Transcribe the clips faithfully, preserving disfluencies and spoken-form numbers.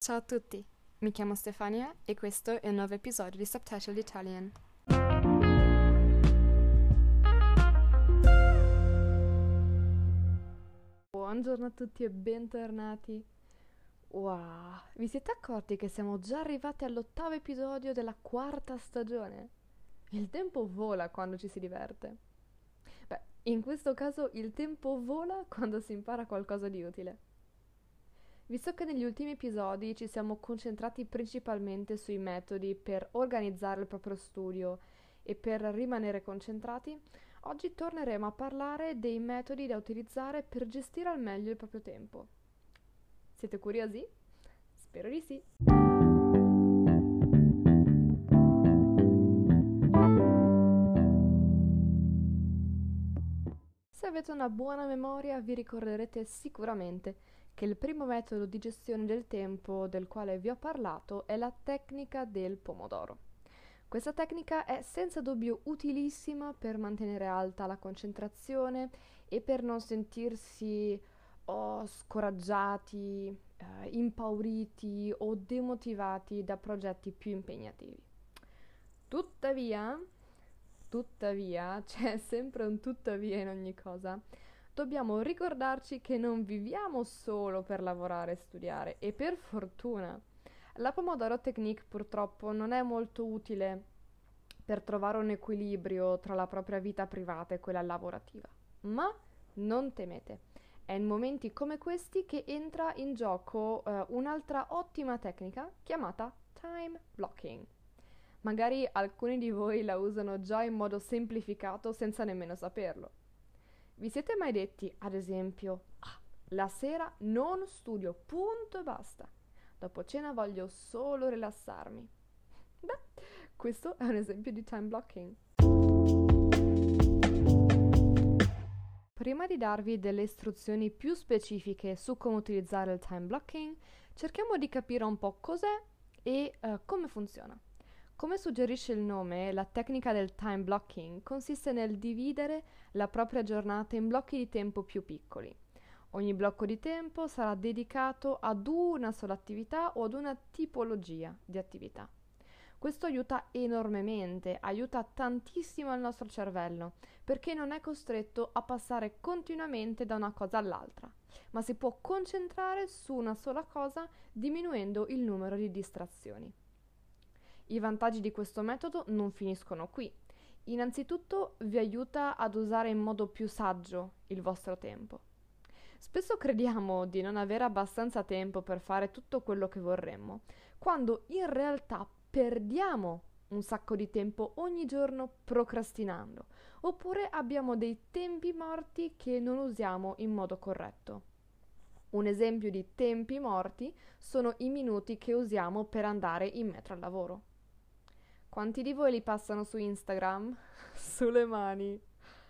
Ciao a tutti, mi chiamo Stefania e questo è un nuovo episodio di Subtitled Italian. Buongiorno a tutti e bentornati. Wow, vi siete accorti che siamo già arrivati all'ottavo episodio della quarta stagione? Il tempo vola quando ci si diverte. Beh, in questo caso il tempo vola quando si impara qualcosa di utile. Visto che negli ultimi episodi ci siamo concentrati principalmente sui metodi per organizzare il proprio studio e per rimanere concentrati, oggi torneremo a parlare dei metodi da utilizzare per gestire al meglio il proprio tempo. Siete curiosi? Spero di sì! Se avete una buona memoria vi ricorderete sicuramente che il primo metodo di gestione del tempo del quale vi ho parlato è la tecnica del pomodoro. Questa tecnica è senza dubbio utilissima per mantenere alta la concentrazione e per non sentirsi oh, scoraggiati, eh, impauriti o demotivati da progetti più impegnativi. Tuttavia, tuttavia, c'è sempre un tuttavia in ogni cosa, dobbiamo ricordarci che non viviamo solo per lavorare e studiare, e per fortuna. La Pomodoro Technique purtroppo non è molto utile per trovare un equilibrio tra la propria vita privata e quella lavorativa. Ma non temete, è in momenti come questi che entra in gioco eh, un'altra ottima tecnica chiamata time blocking. Magari alcuni di voi la usano già in modo semplificato senza nemmeno saperlo. Vi siete mai detti, ad esempio, ah, la sera non studio, punto e basta. Dopo cena voglio solo rilassarmi. Beh, questo è un esempio di time blocking. Prima di darvi delle istruzioni più specifiche su come utilizzare il time blocking, cerchiamo di capire un po' cos'è e uh, come funziona. Come suggerisce il nome, la tecnica del time blocking consiste nel dividere la propria giornata in blocchi di tempo più piccoli. Ogni blocco di tempo sarà dedicato ad una sola attività o ad una tipologia di attività. Questo aiuta enormemente, aiuta tantissimo il nostro cervello, perché non è costretto a passare continuamente da una cosa all'altra, ma si può concentrare su una sola cosa diminuendo il numero di distrazioni. I vantaggi di questo metodo non finiscono qui. Innanzitutto vi aiuta ad usare in modo più saggio il vostro tempo. Spesso crediamo di non avere abbastanza tempo per fare tutto quello che vorremmo, quando in realtà perdiamo un sacco di tempo ogni giorno procrastinando, oppure abbiamo dei tempi morti che non usiamo in modo corretto. Un esempio di tempi morti sono i minuti che usiamo per andare in metro al lavoro. Quanti di voi li passano su Instagram? Sulle mani!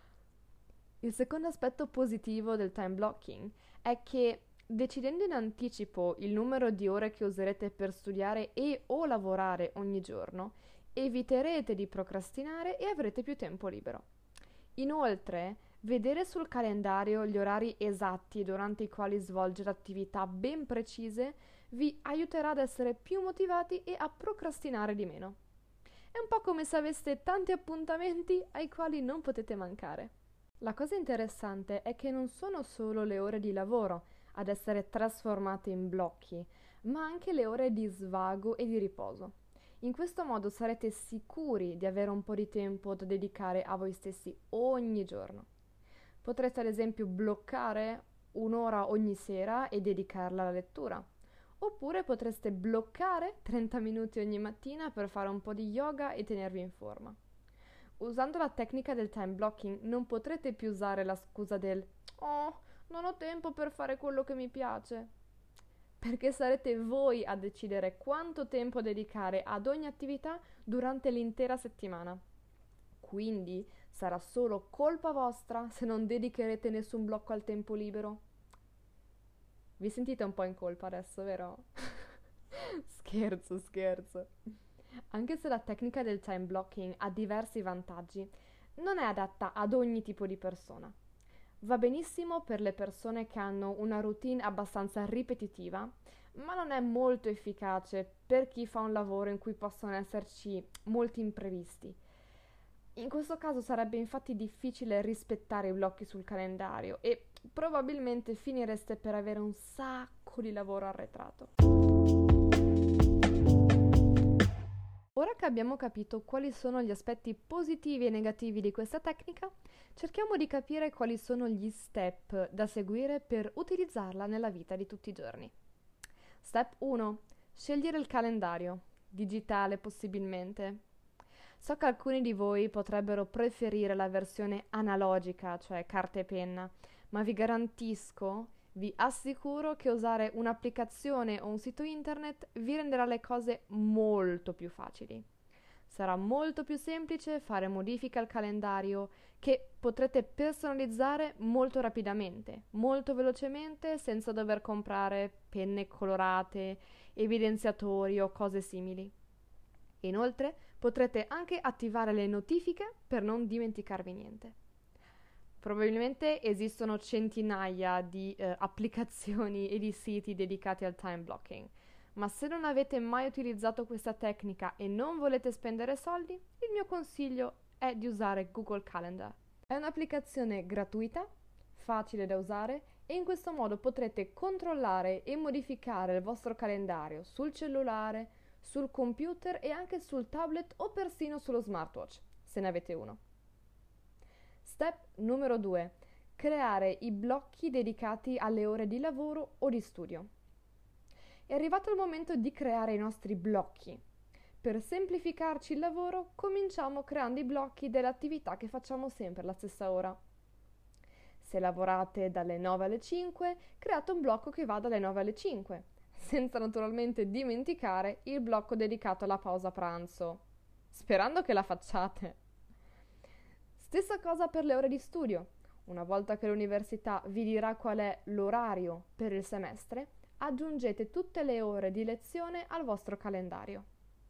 Il secondo aspetto positivo del time blocking è che decidendo in anticipo il numero di ore che userete per studiare e o lavorare ogni giorno, eviterete di procrastinare e avrete più tempo libero. Inoltre, vedere sul calendario gli orari esatti durante i quali svolgere attività ben precise vi aiuterà ad essere più motivati e a procrastinare di meno. È un po' come se aveste tanti appuntamenti ai quali non potete mancare. La cosa interessante è che non sono solo le ore di lavoro ad essere trasformate in blocchi, ma anche le ore di svago e di riposo. In questo modo sarete sicuri di avere un po' di tempo da dedicare a voi stessi ogni giorno. Potrete ad esempio bloccare un'ora ogni sera e dedicarla alla lettura. Oppure potreste bloccare trenta minuti ogni mattina per fare un po' di yoga e tenervi in forma. Usando la tecnica del time blocking non potrete più usare la scusa del «Oh, non ho tempo per fare quello che mi piace», perché sarete voi a decidere quanto tempo dedicare ad ogni attività durante l'intera settimana. Quindi sarà solo colpa vostra se non dedicherete nessun blocco al tempo libero. Vi sentite un po' in colpa adesso, vero? Scherzo, scherzo. Anche se la tecnica del time blocking ha diversi vantaggi, non è adatta ad ogni tipo di persona. Va benissimo per le persone che hanno una routine abbastanza ripetitiva, ma non è molto efficace per chi fa un lavoro in cui possono esserci molti imprevisti. In questo caso sarebbe infatti difficile rispettare i blocchi sul calendario e probabilmente finireste per avere un sacco di lavoro arretrato. Ora che abbiamo capito quali sono gli aspetti positivi e negativi di questa tecnica, cerchiamo di capire quali sono gli step da seguire per utilizzarla nella vita di tutti i giorni. Step uno. Scegliere il calendario, digitale possibilmente. So che alcuni di voi potrebbero preferire la versione analogica, cioè carta e penna, ma vi garantisco, vi assicuro che usare un'applicazione o un sito internet vi renderà le cose molto più facili. Sarà molto più semplice fare modifiche al calendario che potrete personalizzare molto rapidamente, molto velocemente, senza dover comprare penne colorate, evidenziatori o cose simili. Inoltre potrete anche attivare le notifiche per non dimenticarvi niente. Probabilmente esistono centinaia di eh, applicazioni e di siti dedicati al time blocking, ma se non avete mai utilizzato questa tecnica e non volete spendere soldi, il mio consiglio è di usare Google Calendar. È un'applicazione gratuita, facile da usare e in questo modo potrete controllare e modificare il vostro calendario sul cellulare, sul computer e anche sul tablet o persino sullo smartwatch, se ne avete uno. Step numero due. Creare i blocchi dedicati alle ore di lavoro o di studio. È arrivato il momento di creare i nostri blocchi. Per semplificarci il lavoro, cominciamo creando i blocchi delle attività che facciamo sempre alla stessa ora. Se lavorate dalle nove alle cinque, create un blocco che va dalle nove alle cinque, senza naturalmente dimenticare il blocco dedicato alla pausa pranzo, sperando che la facciate. Stessa cosa per le ore di studio. Una volta che l'università vi dirà qual è l'orario per il semestre, aggiungete tutte le ore di lezione al vostro calendario.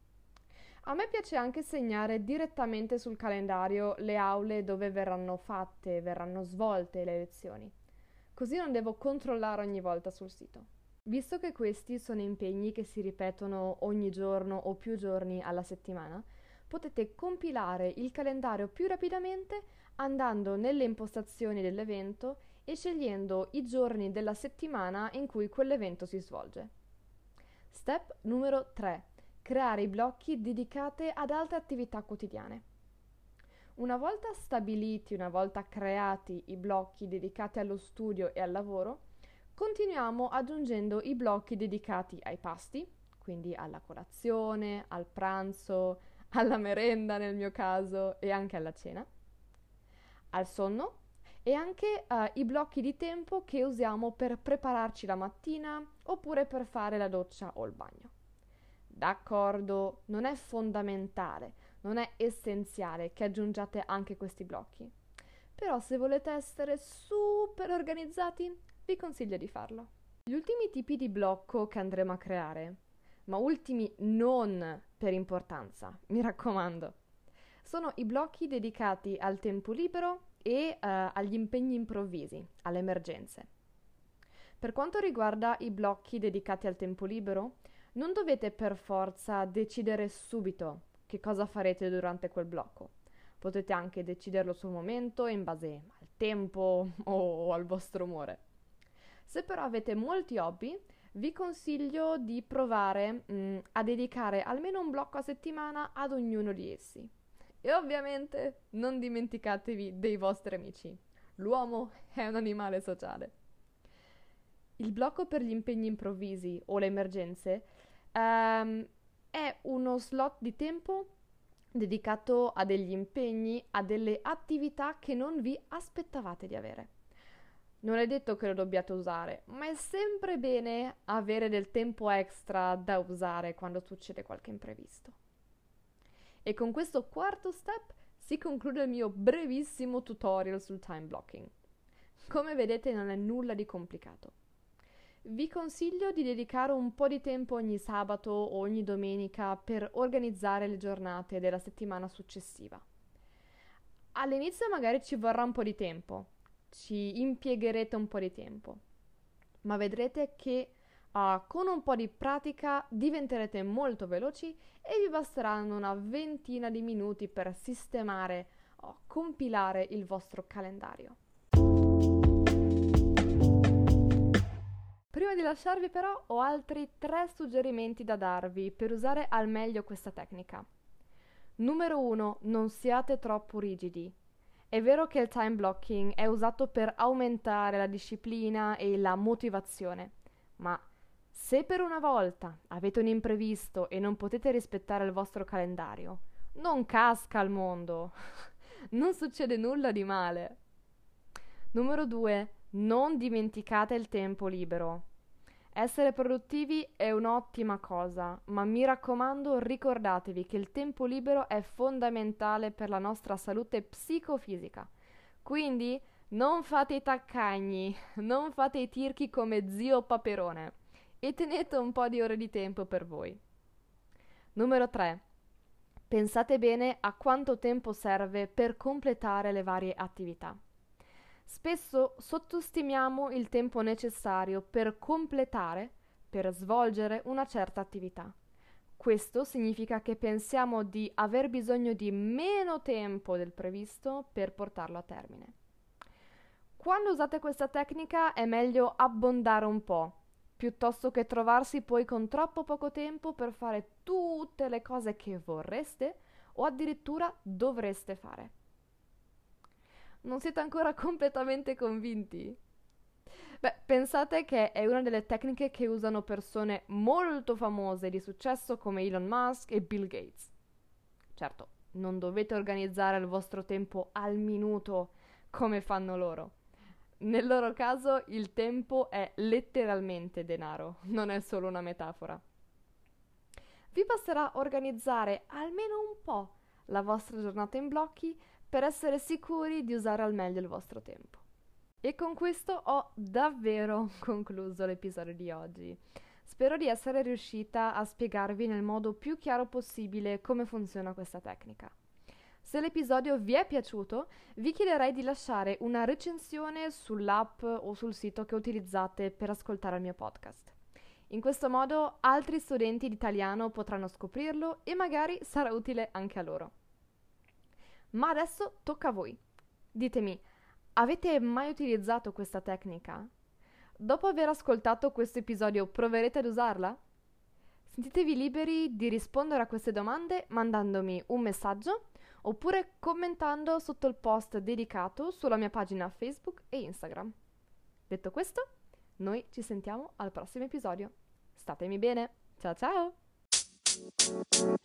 A me piace anche segnare direttamente sul calendario le aule dove verranno fatte, verranno svolte le lezioni. Così non devo controllare ogni volta sul sito. Visto che questi sono impegni che si ripetono ogni giorno o più giorni alla settimana, potete compilare il calendario più rapidamente andando nelle impostazioni dell'evento e scegliendo i giorni della settimana in cui quell'evento si svolge. Step numero tre. Creare i blocchi dedicati ad altre attività quotidiane. Una volta stabiliti, una volta creati i blocchi dedicati allo studio e al lavoro, continuiamo aggiungendo i blocchi dedicati ai pasti, quindi alla colazione, al pranzo, alla merenda nel mio caso e anche alla cena, al sonno e anche uh, i blocchi di tempo che usiamo per prepararci la mattina oppure per fare la doccia o il bagno. D'accordo, non è fondamentale, non è essenziale che aggiungiate anche questi blocchi, però se volete essere super organizzati vi consiglio di farlo. Gli ultimi tipi di blocco che andremo a creare, ma ultimi non per importanza, mi raccomando, sono i blocchi dedicati al tempo libero e uh, agli impegni improvvisi, alle emergenze. Per quanto riguarda i blocchi dedicati al tempo libero, non dovete per forza decidere subito che cosa farete durante quel blocco. Potete anche deciderlo sul momento in base al tempo o al vostro umore. Se però avete molti hobby, vi consiglio di provare mh, a dedicare almeno un blocco a settimana ad ognuno di essi. E ovviamente non dimenticatevi dei vostri amici. L'uomo è un animale sociale. Il blocco per gli impegni improvvisi o le emergenze um, è uno slot di tempo dedicato a degli impegni, a delle attività che non vi aspettavate di avere. Non è detto che lo dobbiate usare, ma è sempre bene avere del tempo extra da usare quando succede qualche imprevisto. E con questo quarto step si conclude il mio brevissimo tutorial sul time blocking. Come vedete non è nulla di complicato. Vi consiglio di dedicare un po' di tempo ogni sabato o ogni domenica per organizzare le giornate della settimana successiva. All'inizio magari ci vorrà un po' di tempo, ci impiegherete un po' di tempo, ma vedrete che Uh, con un po' di pratica diventerete molto veloci e vi basteranno una ventina di minuti per sistemare o compilare il vostro calendario. Prima di lasciarvi però ho altri tre suggerimenti da darvi per usare al meglio questa tecnica. Numero uno, non siate troppo rigidi. È vero che il time blocking è usato per aumentare la disciplina e la motivazione, ma se per una volta avete un imprevisto e non potete rispettare il vostro calendario, non casca il mondo, non succede nulla di male. Numero due, non dimenticate il tempo libero. Essere produttivi è un'ottima cosa, ma mi raccomando ricordatevi che il tempo libero è fondamentale per la nostra salute psicofisica. Quindi non fate i taccagni, non fate i tirchi come zio Paperone e tenete un po' di ore di tempo per voi. Numero tre. Pensate bene a quanto tempo serve per completare le varie attività. Spesso sottostimiamo il tempo necessario per completare, per svolgere una certa attività. Questo significa che pensiamo di aver bisogno di meno tempo del previsto per portarlo a termine. Quando usate questa tecnica è meglio abbondare un po', piuttosto che trovarsi poi con troppo poco tempo per fare tutte le cose che vorreste o addirittura dovreste fare. Non siete ancora completamente convinti? Beh, pensate che è una delle tecniche che usano persone molto famose di successo come Elon Musk e Bill Gates. Certo, non dovete organizzare il vostro tempo al minuto come fanno loro. Nel loro caso il tempo è letteralmente denaro, non è solo una metafora. Vi basterà organizzare almeno un po' la vostra giornata in blocchi per essere sicuri di usare al meglio il vostro tempo. E con questo ho davvero concluso l'episodio di oggi. Spero di essere riuscita a spiegarvi nel modo più chiaro possibile come funziona questa tecnica. Se l'episodio vi è piaciuto, vi chiederei di lasciare una recensione sull'app o sul sito che utilizzate per ascoltare il mio podcast. In questo modo altri studenti di italiano potranno scoprirlo e magari sarà utile anche a loro. Ma adesso tocca a voi. Ditemi, avete mai utilizzato questa tecnica? Dopo aver ascoltato questo episodio, proverete ad usarla? Sentitevi liberi di rispondere a queste domande mandandomi un messaggio oppure commentando sotto il post dedicato sulla mia pagina Facebook e Instagram. Detto questo, noi ci sentiamo al prossimo episodio. Statemi bene. Ciao ciao!